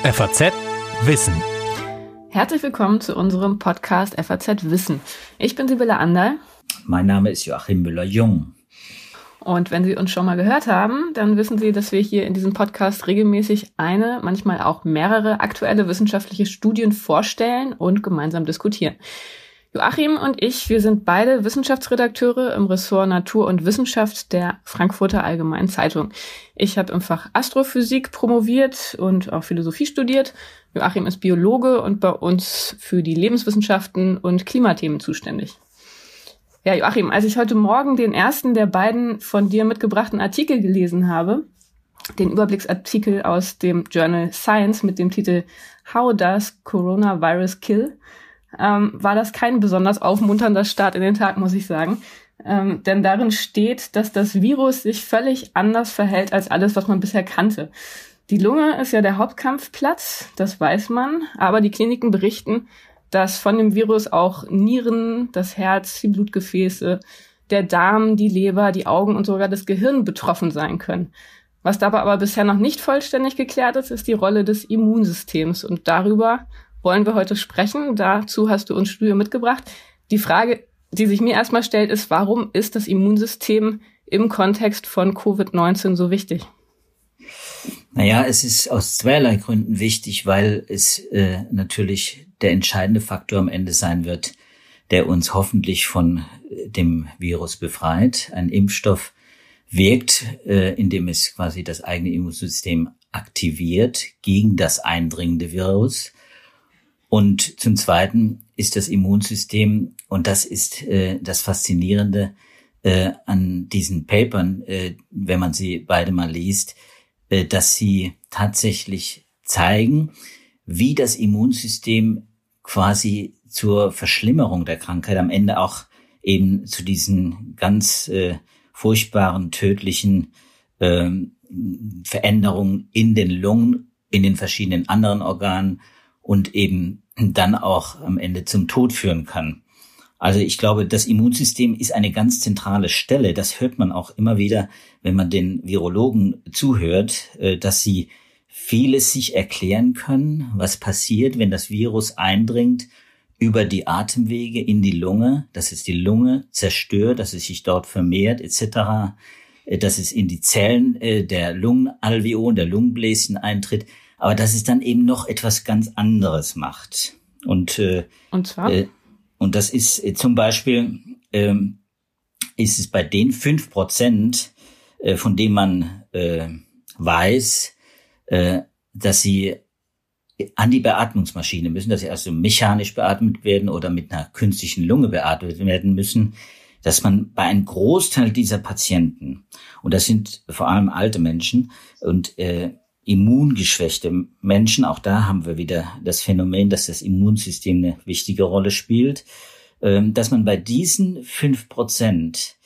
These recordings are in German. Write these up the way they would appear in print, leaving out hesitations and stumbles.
FAZ Wissen. Herzlich willkommen zu unserem Podcast FAZ Wissen. Ich bin Sibylle Anderl. Mein Name ist Joachim Müller-Jung. Und wenn Sie uns schon mal gehört haben, dann wissen Sie, dass wir hier in diesem Podcast regelmäßig eine, manchmal auch mehrere aktuelle wissenschaftliche Studien vorstellen und gemeinsam diskutieren. Joachim und ich, wir sind beide Wissenschaftsredakteure im Ressort Natur und Wissenschaft der Frankfurter Allgemeinen Zeitung. Ich habe im Fach Astrophysik promoviert und auch Philosophie studiert. Joachim ist Biologe und bei uns für die Lebenswissenschaften und Klimathemen zuständig. Ja, Joachim, als ich heute Morgen den ersten der beiden von dir mitgebrachten Artikel gelesen habe, den Überblicksartikel aus dem Journal Science mit dem Titel How Does Coronavirus Kill?, war das kein besonders aufmunternder Start in den Tag, muss ich sagen. Denn darin steht, dass das Virus sich völlig anders verhält als alles, was man bisher kannte. Die Lunge ist ja der Hauptkampfplatz, das weiß man, aber die Kliniken berichten, dass von dem Virus auch Nieren, das Herz, die Blutgefäße, der Darm, die Leber, die Augen und sogar das Gehirn betroffen sein können. Was dabei aber bisher noch nicht vollständig geklärt ist, ist die Rolle des Immunsystems. Und darüber wollen wir heute sprechen. Dazu hast du uns Studien mitgebracht. Die Frage, die sich mir erstmal stellt, ist, warum ist das Immunsystem im Kontext von Covid-19 so wichtig? Naja, es ist aus zweierlei Gründen wichtig, weil es natürlich der entscheidende Faktor am Ende sein wird, der uns hoffentlich von dem Virus befreit. Ein Impfstoff wirkt, indem es quasi das eigene Immunsystem aktiviert gegen das eindringende Virus. Und zum Zweiten ist das Immunsystem, und das ist das Faszinierende an diesen Papern, wenn man sie beide mal liest, dass sie tatsächlich zeigen, wie das Immunsystem quasi zur Verschlimmerung der Krankheit am Ende auch eben zu diesen ganz furchtbaren, tödlichen Veränderungen in den Lungen, in den verschiedenen anderen Organen und eben dann auch am Ende zum Tod führen kann. Also ich glaube, das Immunsystem ist eine ganz zentrale Stelle. Das hört man auch immer wieder, wenn man den Virologen zuhört, dass sie vieles sich erklären können, was passiert, wenn das Virus eindringt über die Atemwege in die Lunge, dass es die Lunge zerstört, dass es sich dort vermehrt etc., dass es in die Zellen der Lungenalveolen, der Lungenbläschen eintritt, aber dass es dann eben noch etwas ganz anderes macht. Und zwar? Und das ist zum Beispiel, ist es bei den 5%, von denen man weiß, dass sie an die Beatmungsmaschine müssen, dass sie also mechanisch beatmet werden oder mit einer künstlichen Lunge beatmet werden müssen, dass man bei einem Großteil dieser Patienten, und das sind vor allem alte Menschen und immungeschwächte Menschen, auch da haben wir wieder das Phänomen, dass das Immunsystem eine wichtige Rolle spielt, dass man bei diesen 5%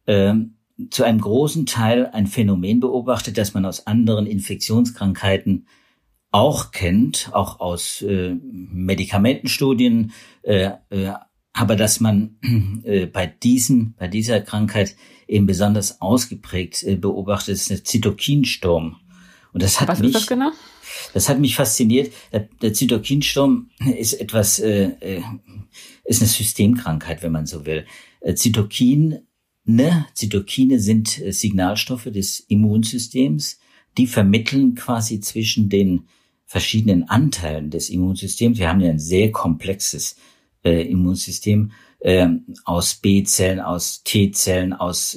zu einem großen Teil ein Phänomen beobachtet, das man aus anderen Infektionskrankheiten auch kennt, auch aus Medikamentenstudien, aber dass man bei dieser Krankheit eben besonders ausgeprägt beobachtet, ist der Zytokinsturm. Und das hat ist das genau? Das hat mich fasziniert. Der Zytokinsturm ist ist eine Systemkrankheit, wenn man so will. Zytokine sind Signalstoffe des Immunsystems, die vermitteln quasi zwischen den verschiedenen Anteilen des Immunsystems. Wir haben ja ein sehr komplexes Immunsystem aus B-Zellen, aus T-Zellen, aus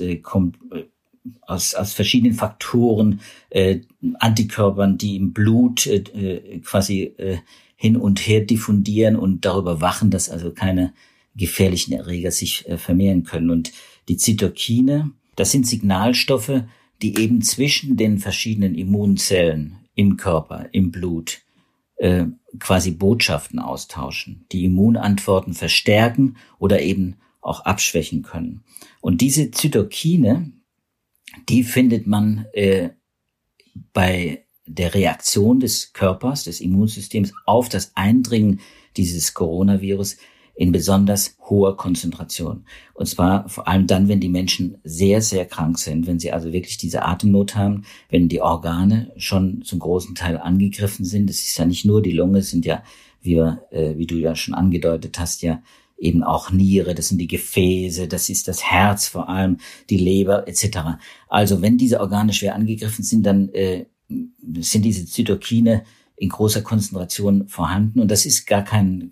verschiedenen Faktoren, Antikörpern, die im Blut quasi hin und her diffundieren und darüber wachen, dass also keine gefährlichen Erreger sich vermehren können. Und die Zytokine, das sind Signalstoffe, die eben zwischen den verschiedenen Immunzellen im Körper, im Blut, quasi Botschaften austauschen, die Immunantworten verstärken oder eben auch abschwächen können. Und diese Zytokine, die findet man bei der Reaktion des Körpers, des Immunsystems auf das Eindringen dieses Coronavirus in besonders hoher Konzentration. Und zwar vor allem dann, wenn die Menschen sehr, sehr krank sind, wenn sie also wirklich diese Atemnot haben, wenn die Organe schon zum großen Teil angegriffen sind. Das ist ja nicht nur die Lunge, es sind ja, wie du ja schon angedeutet hast, ja eben auch Niere, das sind die Gefäße, das ist das Herz vor allem, die Leber etc. Also wenn diese Organe schwer angegriffen sind, dann sind diese Zytokine in großer Konzentration vorhanden. Und das ist gar keine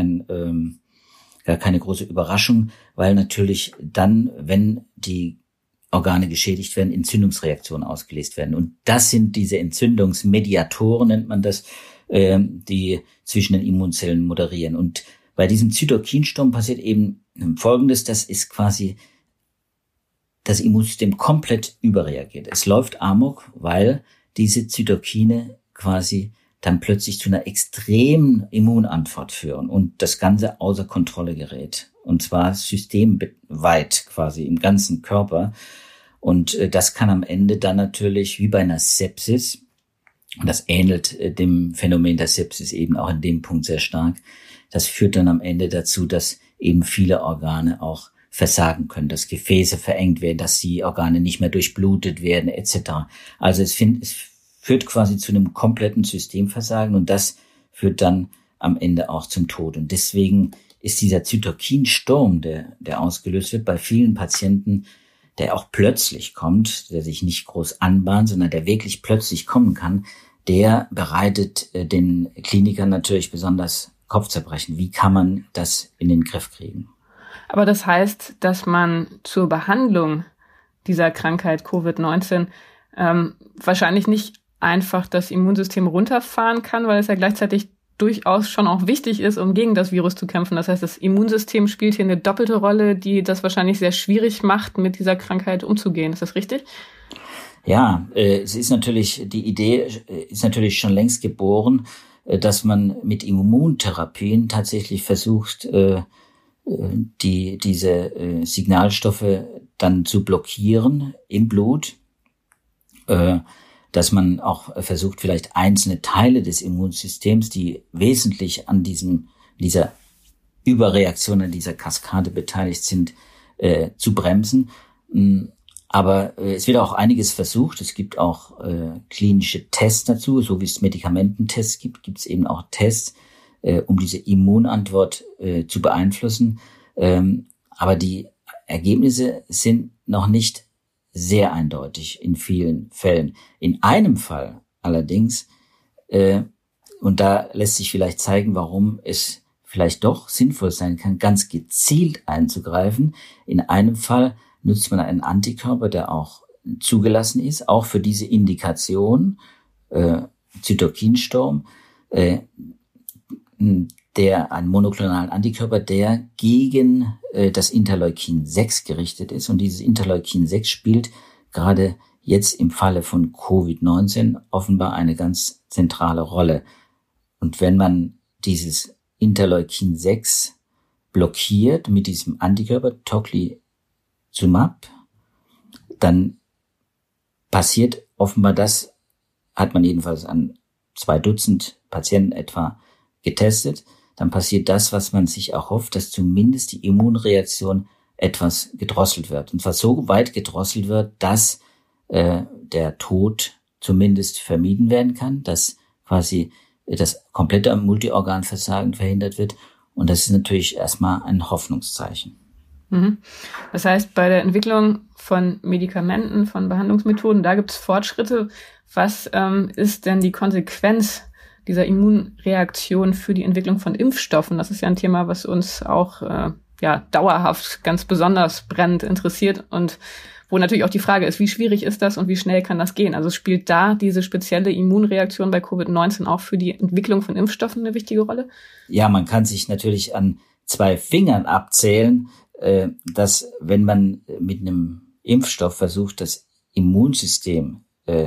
große Überraschung, weil natürlich dann, wenn die Organe geschädigt werden, Entzündungsreaktionen ausgelöst werden. Und das sind diese Entzündungsmediatoren, nennt man das, die zwischen den Immunzellen moderieren. Und bei diesem Zytokinsturm passiert eben Folgendes, das ist quasi das Immunsystem komplett überreagiert. Es läuft amok, weil diese Zytokine quasi dann plötzlich zu einer extremen Immunantwort führen und das Ganze außer Kontrolle gerät. Und zwar systemweit quasi im ganzen Körper. Und das kann am Ende dann natürlich wie bei einer Sepsis, und das ähnelt dem Phänomen der Sepsis eben auch in dem Punkt sehr stark, das führt dann am Ende dazu, dass eben viele Organe auch versagen können, dass Gefäße verengt werden, dass die Organe nicht mehr durchblutet werden etc. Also es führt quasi zu einem kompletten Systemversagen und das führt dann am Ende auch zum Tod. Und deswegen ist dieser Zytokinsturm, der ausgelöst wird, bei vielen Patienten, der auch plötzlich kommt, der sich nicht groß anbahnt, sondern der wirklich plötzlich kommen kann, der bereitet den Klinikern natürlich besonders Kopfzerbrechen. Wie kann man das in den Griff kriegen? Aber das heißt, dass man zur Behandlung dieser Krankheit Covid-19 wahrscheinlich nicht einfach das Immunsystem runterfahren kann, weil es ja gleichzeitig durchaus schon auch wichtig ist, um gegen das Virus zu kämpfen. Das heißt, das Immunsystem spielt hier eine doppelte Rolle, die das wahrscheinlich sehr schwierig macht, mit dieser Krankheit umzugehen. Ist das richtig? Ja, die Idee ist natürlich schon längst geboren, dass man mit Immuntherapien tatsächlich versucht, diese Signalstoffe dann zu blockieren im Blut, dass man auch versucht, vielleicht einzelne Teile des Immunsystems, die wesentlich an dieser Überreaktion, an dieser Kaskade beteiligt sind, zu bremsen. Aber es wird auch einiges versucht. Es gibt auch klinische Tests dazu, so wie es Medikamententests gibt es eben auch Tests, um diese Immunantwort zu beeinflussen. Aber die Ergebnisse sind noch nicht sehr eindeutig in vielen Fällen. In einem Fall allerdings, und da lässt sich vielleicht zeigen, warum es vielleicht doch sinnvoll sein kann, ganz gezielt einzugreifen. In einem Fall nutzt man einen Antikörper, der auch zugelassen ist, auch für diese Indikation, Zytokinsturm, einen monoklonalen Antikörper, der gegen das Interleukin 6 gerichtet ist. Und dieses Interleukin 6 spielt gerade jetzt im Falle von Covid-19 offenbar eine ganz zentrale Rolle. Und wenn man dieses Interleukin 6 blockiert mit diesem Antikörper Tocilizumab, dann passiert offenbar das, hat man jedenfalls an 2 Dutzend Patienten etwa getestet, dann passiert das, was man sich auch hofft, dass zumindest die Immunreaktion etwas gedrosselt wird. Und zwar so weit gedrosselt wird, dass der Tod zumindest vermieden werden kann, dass quasi das komplette Multiorganversagen verhindert wird. Und das ist natürlich erstmal ein Hoffnungszeichen. Das heißt, bei der Entwicklung von Medikamenten, von Behandlungsmethoden, da gibt es Fortschritte. Was ist denn die Konsequenz dieser Immunreaktion für die Entwicklung von Impfstoffen? Das ist ja ein Thema, was uns auch dauerhaft ganz besonders brennend interessiert und wo natürlich auch die Frage ist, wie schwierig ist das und wie schnell kann das gehen? Also spielt da diese spezielle Immunreaktion bei Covid-19 auch für die Entwicklung von Impfstoffen eine wichtige Rolle? Ja, man kann sich natürlich an 2 Fingern abzählen, dass wenn man mit einem Impfstoff versucht, das Immunsystem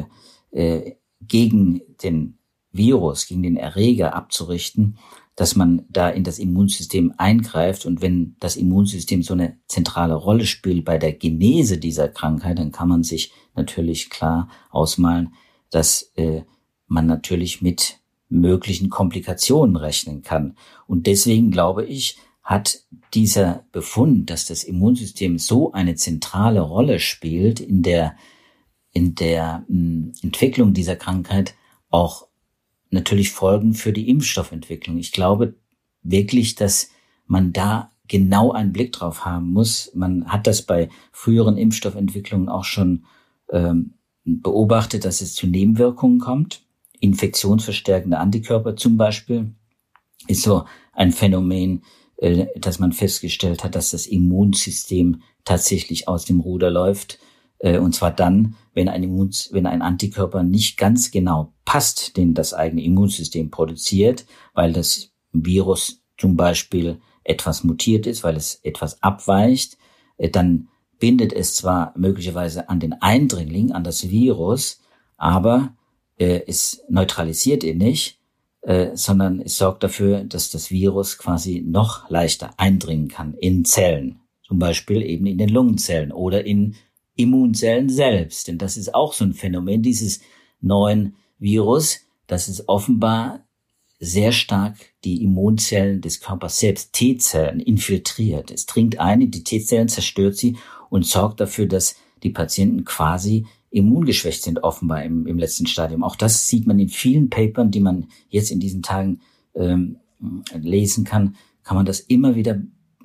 gegen den Virus, gegen den Erreger abzurichten, dass man da in das Immunsystem eingreift. Und wenn das Immunsystem so eine zentrale Rolle spielt bei der Genese dieser Krankheit, dann kann man sich natürlich klar ausmalen, dass man natürlich mit möglichen Komplikationen rechnen kann. Und deswegen, glaube ich, hat dieser Befund, dass das Immunsystem so eine zentrale Rolle spielt in der Entwicklung dieser Krankheit, auch natürlich Folgen für die Impfstoffentwicklung. Ich glaube wirklich, dass man da genau einen Blick drauf haben muss. Man hat das bei früheren Impfstoffentwicklungen auch schon beobachtet, dass es zu Nebenwirkungen kommt. Infektionsverstärkende Antikörper zum Beispiel ist so ein Phänomen, dass man festgestellt hat, dass das Immunsystem tatsächlich aus dem Ruder läuft. Und zwar dann, wenn ein Antikörper nicht ganz genau passt, den das eigene Immunsystem produziert, weil das Virus zum Beispiel etwas mutiert ist, weil es etwas abweicht, dann bindet es zwar möglicherweise an den Eindringling, an das Virus, aber es neutralisiert ihn nicht, sondern es sorgt dafür, dass das Virus quasi noch leichter eindringen kann in Zellen, zum Beispiel eben in den Lungenzellen oder in Immunzellen selbst. Denn das ist auch so ein Phänomen dieses neuen Virus, dass es offenbar sehr stark die Immunzellen des Körpers selbst, T-Zellen, infiltriert. Es dringt ein in die T-Zellen, zerstört sie und sorgt dafür, dass die Patienten quasi immungeschwächt sind, offenbar im letzten Stadium. Auch das sieht man in vielen Papern, die man jetzt in diesen Tagen lesen kann man das immer wieder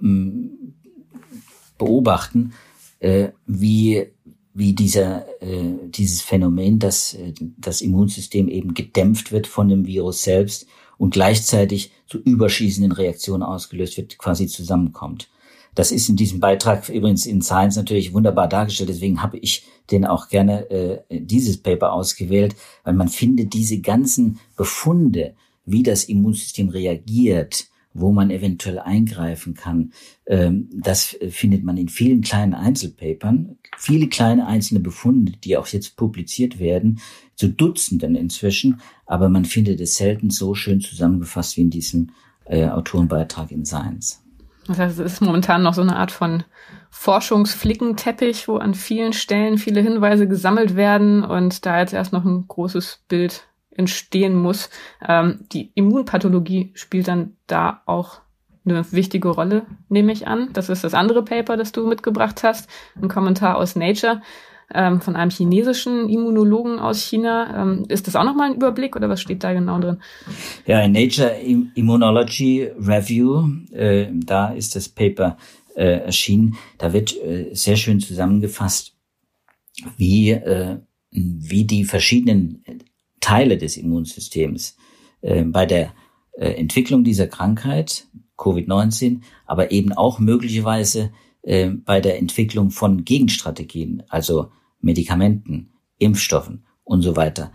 beobachten, wie dieses Phänomen, dass das Immunsystem eben gedämpft wird von dem Virus selbst und gleichzeitig zu überschießenden Reaktionen ausgelöst wird, quasi zusammenkommt. Das ist in diesem Beitrag übrigens in Science natürlich wunderbar dargestellt, deswegen habe ich den auch gerne dieses Paper ausgewählt, weil man findet diese ganzen Befunde, wie das Immunsystem reagiert, wo man eventuell eingreifen kann, das findet man in vielen kleinen Einzelpapern, viele kleine einzelne Befunde, die auch jetzt publiziert werden, zu Dutzenden inzwischen, aber man findet es selten so schön zusammengefasst wie in diesem Autorenbeitrag in Science. Das heißt, es ist momentan noch so eine Art von Forschungsflickenteppich, wo an vielen Stellen viele Hinweise gesammelt werden und da jetzt erst noch ein großes Bild entstehen muss. Die Immunpathologie spielt dann da auch eine wichtige Rolle, nehme ich an. Das ist das andere Paper, das du mitgebracht hast, ein Kommentar aus Nature von einem chinesischen Immunologen aus China. Ist das auch nochmal ein Überblick oder was steht da genau drin? Ja, in Nature Immunology Review, da ist das Paper erschienen. Da wird sehr schön zusammengefasst, wie die verschiedenen Teile des Immunsystems bei der Entwicklung dieser Krankheit, Covid-19, aber eben auch möglicherweise bei der Entwicklung von Gegenstrategien, also Medikamenten, Impfstoffen und so weiter,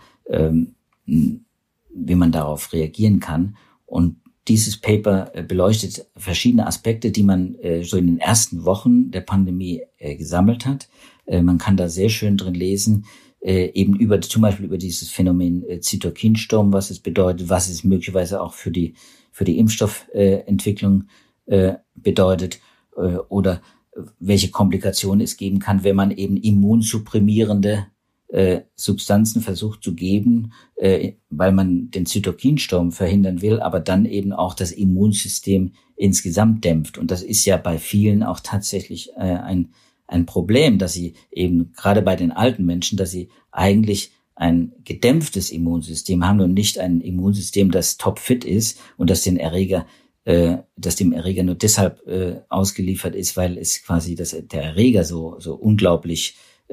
wie man darauf reagieren kann. Und dieses Paper beleuchtet verschiedene Aspekte, die man so in den ersten Wochen der Pandemie gesammelt hat. Man kann da sehr schön drin lesen, eben zum Beispiel über dieses Phänomen Zytokinsturm, was es bedeutet, was es möglicherweise auch für die Impfstoffentwicklung bedeutet, oder welche Komplikationen es geben kann, wenn man eben immunsupprimierende Substanzen versucht zu geben, weil man den Zytokinsturm verhindern will, aber dann eben auch das Immunsystem insgesamt dämpft. Und das ist ja bei vielen auch tatsächlich ein Problem, dass sie eben gerade bei den alten Menschen, dass sie eigentlich ein gedämpftes Immunsystem haben und nicht ein Immunsystem, das topfit ist und das dem Erreger nur deshalb ausgeliefert ist, weil es quasi der Erreger so unglaublich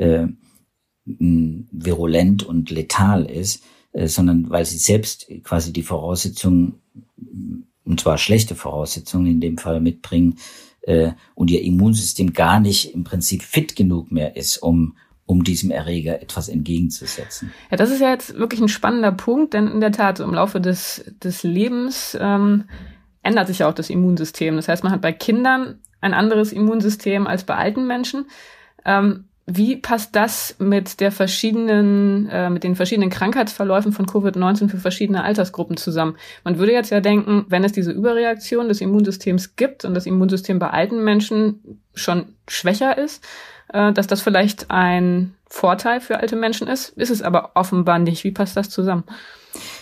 virulent und letal ist, sondern weil sie selbst quasi die Voraussetzungen, und zwar schlechte Voraussetzungen in dem Fall mitbringen, und ihr Immunsystem gar nicht im Prinzip fit genug mehr ist, um diesem Erreger etwas entgegenzusetzen. Ja, das ist ja jetzt wirklich ein spannender Punkt, denn in der Tat, im Laufe des Lebens ändert sich ja auch das Immunsystem. Das heißt, man hat bei Kindern ein anderes Immunsystem als bei alten Menschen. Wie passt das mit den verschiedenen Krankheitsverläufen von Covid-19 für verschiedene Altersgruppen zusammen? Man würde jetzt ja denken, wenn es diese Überreaktion des Immunsystems gibt und das Immunsystem bei alten Menschen schon schwächer ist, dass das vielleicht ein Vorteil für alte Menschen ist. Ist es aber offenbar nicht. Wie passt das zusammen?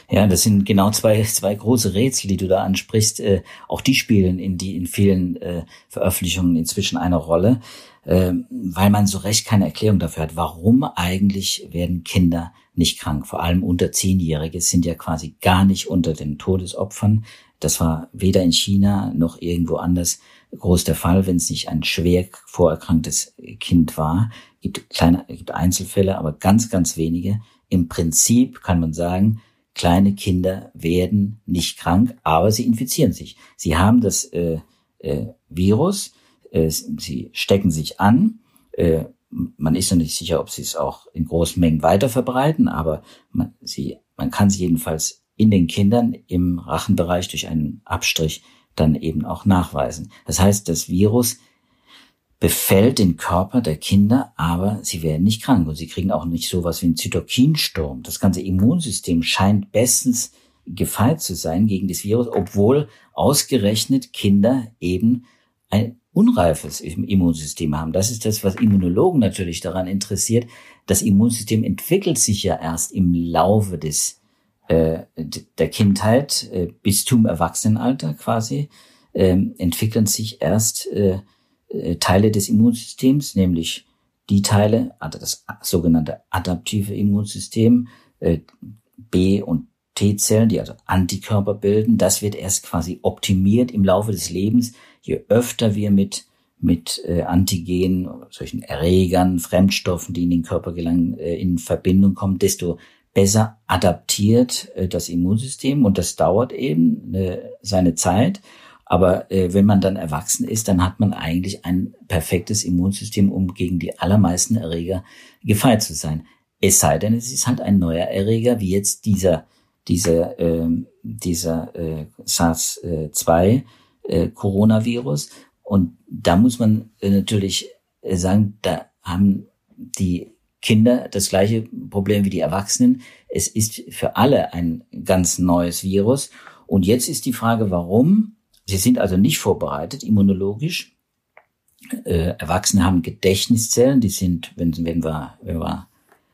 Ja, das sind genau zwei große Rätsel, die du da ansprichst. Auch die spielen in vielen Veröffentlichungen inzwischen eine Rolle, weil man so recht keine Erklärung dafür hat. Warum eigentlich werden Kinder nicht krank? Vor allem unter 10-Jährige sind ja quasi gar nicht unter den Todesopfern. Das war weder in China noch irgendwo anders groß der Fall, wenn es nicht ein schwer vorerkranktes Kind war. Gibt Einzelfälle, aber ganz, ganz wenige. Im Prinzip kann man sagen, kleine Kinder werden nicht krank, aber sie infizieren sich. Sie haben das Virus, sie stecken sich an. Man ist noch nicht sicher, ob sie es auch in großen Mengen weiter verbreiten, aber man kann sie jedenfalls in den Kindern im Rachenbereich durch einen Abstrich dann eben auch nachweisen. Das heißt, das Virus befällt den Körper der Kinder, aber sie werden nicht krank und sie kriegen auch nicht sowas wie einen Zytokinsturm. Das ganze Immunsystem scheint bestens gefeit zu sein gegen das Virus, obwohl ausgerechnet Kinder eben ein unreifes Immunsystem haben. Das ist das, was Immunologen natürlich daran interessiert. Das Immunsystem entwickelt sich ja erst im Laufe der Kindheit bis zum Erwachsenenalter quasi, entwickeln sich erst Teile des Immunsystems, nämlich die Teile, also das sogenannte adaptive Immunsystem, B- und T-Zellen, die also Antikörper bilden. Das wird erst quasi optimiert im Laufe des Lebens. Je öfter wir mit Antigenen, solchen Erregern, Fremdstoffen, die in den Körper gelangen, in Verbindung kommen, desto besser adaptiert das Immunsystem, und das dauert eben seine Zeit. Aber wenn man dann erwachsen ist, dann hat man eigentlich ein perfektes Immunsystem, um gegen die allermeisten Erreger gefeit zu sein. Es sei denn, es ist halt ein neuer Erreger, wie jetzt dieser SARS-2 Coronavirus. Und da muss man natürlich sagen, da haben die Kinder das gleiche Problem wie die Erwachsenen. Es ist für alle ein ganz neues Virus. Und jetzt ist die Frage, warum? Sie sind also nicht vorbereitet immunologisch. Erwachsene haben Gedächtniszellen, die sind, wenn wir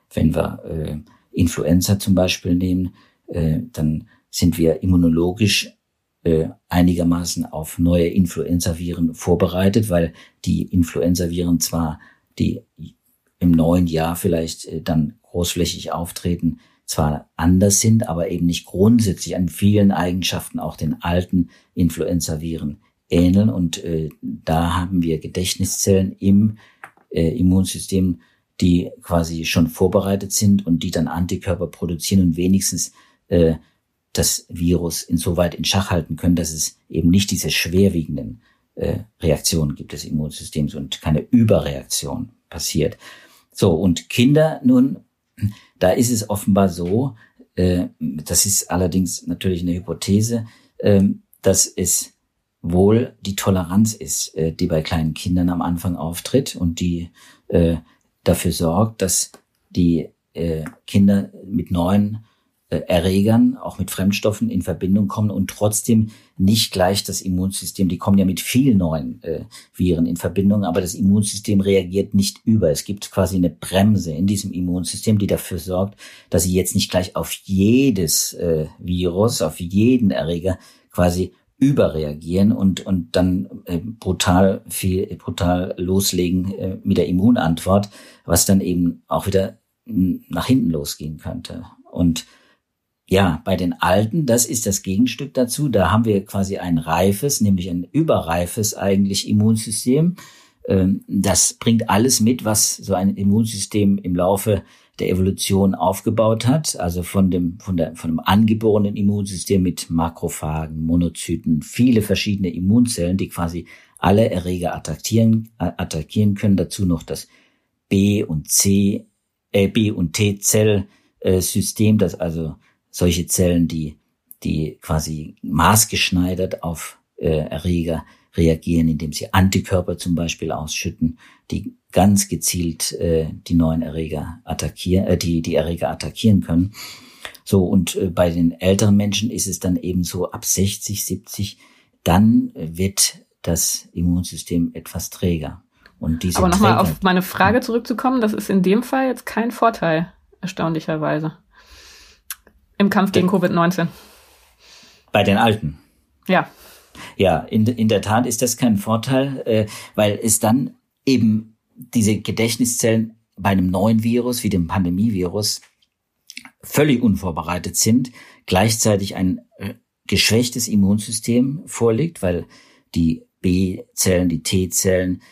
Influenza zum Beispiel nehmen, dann sind wir immunologisch einigermaßen auf neue Influenzaviren vorbereitet, weil die Influenzaviren zwar, die im neuen Jahr vielleicht dann großflächig auftreten, zwar anders sind, aber eben nicht grundsätzlich an vielen Eigenschaften auch den alten Influenzaviren ähneln. Und da haben wir Gedächtniszellen im Immunsystem, die quasi schon vorbereitet sind und die dann Antikörper produzieren und wenigstens das Virus insoweit in Schach halten können, dass es eben nicht diese schwerwiegenden Reaktionen gibt des Immunsystems und keine Überreaktion passiert. So, und Kinder nun, da ist es offenbar so, das ist allerdings natürlich eine Hypothese, dass es wohl die Toleranz ist, die bei kleinen Kindern am Anfang auftritt und die dafür sorgt, dass die Kinder mit neuen Erregern, auch mit Fremdstoffen in Verbindung kommen und trotzdem nicht gleich das Immunsystem, die kommen ja mit vielen neuen Viren in Verbindung, aber das Immunsystem reagiert nicht über. Es gibt quasi eine Bremse in diesem Immunsystem, die dafür sorgt, dass sie jetzt nicht gleich auf jedes Virus, auf jeden Erreger quasi überreagieren und dann brutal loslegen mit der Immunantwort, was dann eben auch wieder nach hinten losgehen könnte. Und ja, bei den Alten, das ist das Gegenstück dazu. Da haben wir quasi ein reifes, nämlich ein überreifes eigentlich Immunsystem. Das bringt alles mit, was so ein Immunsystem im Laufe der Evolution aufgebaut hat. Also von dem angeborenen Immunsystem mit Makrophagen, Monozyten, viele verschiedene Immunzellen, die quasi alle Erreger attackieren können. Dazu noch das B- und T-Zellsystem, das also solche Zellen, die quasi maßgeschneidert auf Erreger reagieren, indem sie Antikörper zum Beispiel ausschütten, die ganz gezielt die neuen Erreger attackieren, die Erreger attackieren können. So, und bei den älteren Menschen ist es dann eben so ab 60, 70, dann wird das Immunsystem etwas träger. Und diese Aber nochmal auf meine Frage zurückzukommen, das ist in dem Fall jetzt kein Vorteil, erstaunlicherweise. Im Kampf gegen Covid-19. Bei den Alten? Ja. Ja, in der Tat ist das kein Vorteil, weil es dann eben diese Gedächtniszellen bei einem neuen Virus wie dem Pandemievirus völlig unvorbereitet sind, gleichzeitig ein geschwächtes Immunsystem vorliegt, weil die B-Zellen, die T-Zellen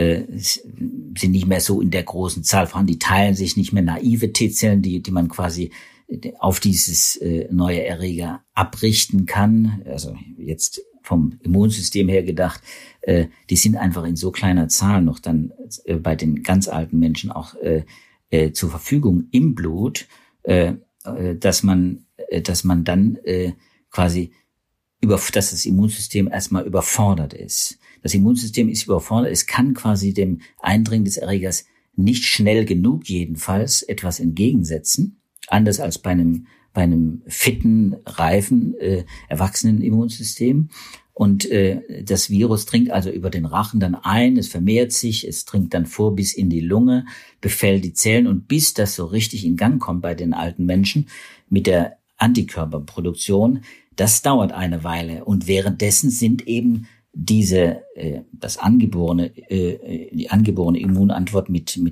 sind nicht mehr so in der großen Zahl vorhanden, die teilen sich nicht mehr, naive T-Zellen, die man quasi auf dieses neue Erreger abrichten kann, also jetzt vom Immunsystem her gedacht, die sind einfach in so kleiner Zahl noch dann bei den ganz alten Menschen auch zur Verfügung im Blut, dass man dann quasi dass das Immunsystem erstmal überfordert ist. Das Immunsystem ist überfordert, es kann quasi dem Eindringen des Erregers nicht schnell genug jedenfalls etwas entgegensetzen, anders als bei einem fitten, reifen, erwachsenen Immunsystem. Und das Virus dringt also über den Rachen dann ein, es vermehrt sich, es dringt dann vor bis in die Lunge, befällt die Zellen und bis das so richtig in Gang kommt bei den alten Menschen mit der Antikörperproduktion, das dauert eine Weile. Und währenddessen sind eben die angeborene Immunantwort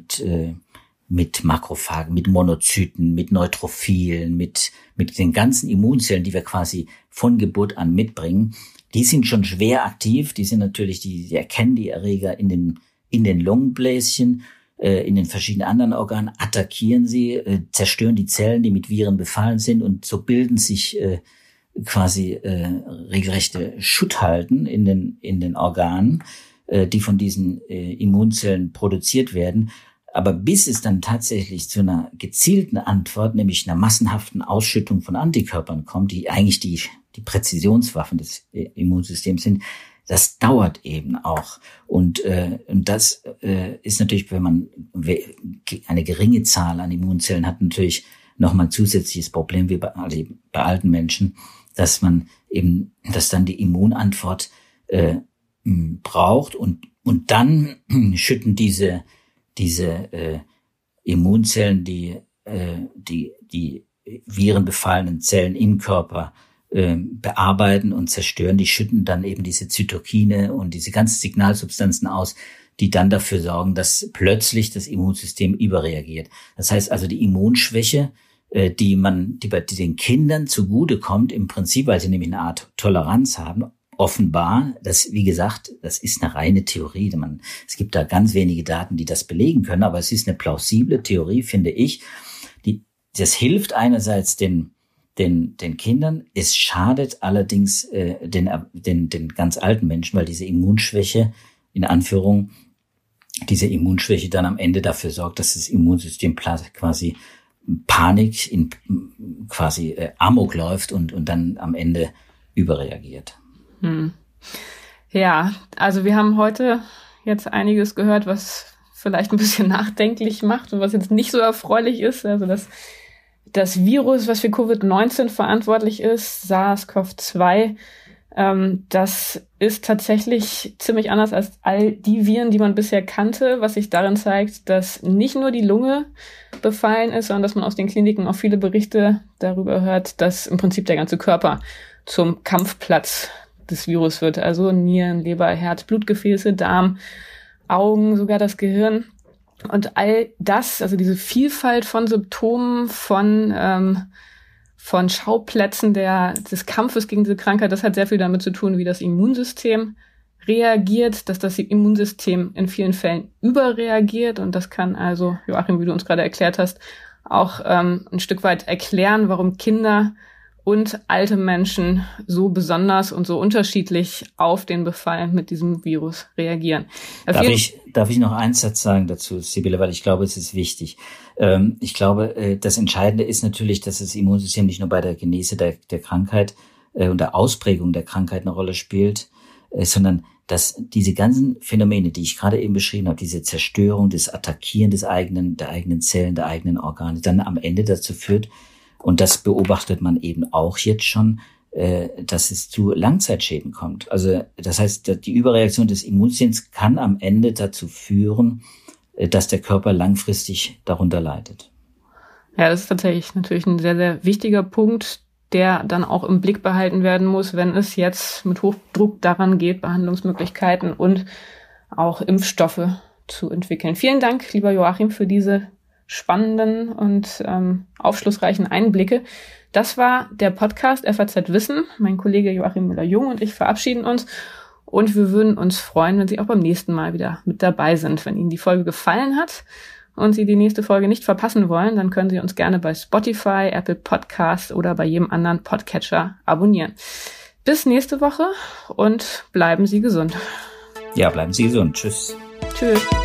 mit Makrophagen, mit Monozyten, mit Neutrophilen, mit den ganzen Immunzellen, die wir quasi von Geburt an mitbringen, die sind schon schwer aktiv. Die sind natürlich, die erkennen die Erreger in den Lungenbläschen, in den verschiedenen anderen Organen, attackieren sie, zerstören die Zellen, die mit Viren befallen sind, und so bilden sich quasi regelrechte Schutthalden in den Organen, die von diesen Immunzellen produziert werden. Aber bis es dann tatsächlich zu einer gezielten Antwort, nämlich einer massenhaften Ausschüttung von Antikörpern kommt, die eigentlich die Präzisionswaffen des Immunsystems sind, das dauert eben auch. Und das ist natürlich, wenn man eine geringe Zahl an Immunzellen hat, natürlich nochmal ein zusätzliches Problem wie bei alten Menschen, dass dann die Immunantwort braucht und dann schütten diese Immunzellen, die virenbefallenen Zellen im Körper bearbeiten und zerstören, die schütten dann eben diese Zytokine und diese ganzen Signalsubstanzen aus, die dann dafür sorgen, dass plötzlich das Immunsystem überreagiert. Das heißt also, die Immunschwäche, die bei den Kindern zugutekommt, im Prinzip, weil sie nämlich eine Art Toleranz haben, offenbar, wie gesagt, das ist eine reine Theorie. Es gibt da ganz wenige Daten, die das belegen können, aber es ist eine plausible Theorie, finde ich. Das hilft einerseits den Kindern, es schadet allerdings den ganz alten Menschen, weil diese Immunschwäche, in Anführung, diese Immunschwäche dann am Ende dafür sorgt, dass das Immunsystem quasi Panik, quasi Amok läuft und dann am Ende überreagiert. Ja, also wir haben heute jetzt einiges gehört, was vielleicht ein bisschen nachdenklich macht und was jetzt nicht so erfreulich ist. Also das Virus, was für Covid-19 verantwortlich ist, SARS-CoV-2, das ist tatsächlich ziemlich anders als all die Viren, die man bisher kannte, was sich darin zeigt, dass nicht nur die Lunge befallen ist, sondern dass man aus den Kliniken auch viele Berichte darüber hört, dass im Prinzip der ganze Körper zum Kampfplatz des Virus wird. Also Nieren, Leber, Herz, Blutgefäße, Darm, Augen, sogar das Gehirn. Und all das, also diese Vielfalt von Symptomen, von Schauplätzen des Kampfes gegen diese Krankheit, das hat sehr viel damit zu tun, wie das Immunsystem reagiert, dass das Immunsystem in vielen Fällen überreagiert. Und das kann also, Joachim, wie du uns gerade erklärt hast, auch ein Stück weit erklären, warum Kinder und alte Menschen so besonders und so unterschiedlich auf den Befall mit diesem Virus reagieren. Darf ich noch einen Satz sagen dazu, Sibylle, weil ich glaube, es ist wichtig. Ich glaube, das Entscheidende ist natürlich, dass das Immunsystem nicht nur bei der Genese der Krankheit und der Ausprägung der Krankheit eine Rolle spielt, sondern dass diese ganzen Phänomene, die ich gerade eben beschrieben habe, diese Zerstörung, das Attackieren der eigenen Zellen, der eigenen Organe, dann am Ende dazu führt, und das beobachtet man eben auch jetzt schon, dass es zu Langzeitschäden kommt. Also das heißt, die Überreaktion des Immunsystems kann am Ende dazu führen, dass der Körper langfristig darunter leidet. Ja, das ist tatsächlich natürlich ein sehr, sehr wichtiger Punkt, der dann auch im Blick behalten werden muss, wenn es jetzt mit Hochdruck daran geht, Behandlungsmöglichkeiten und auch Impfstoffe zu entwickeln. Vielen Dank, lieber Joachim, für diese spannenden und aufschlussreichen Einblicke. Das war der Podcast FAZ Wissen. Mein Kollege Joachim Müller-Jung und ich verabschieden uns. Und wir würden uns freuen, wenn Sie auch beim nächsten Mal wieder mit dabei sind. Wenn Ihnen die Folge gefallen hat und Sie die nächste Folge nicht verpassen wollen, dann können Sie uns gerne bei Spotify, Apple Podcasts oder bei jedem anderen Podcatcher abonnieren. Bis nächste Woche und bleiben Sie gesund. Ja, bleiben Sie gesund. Tschüss. Tschüss.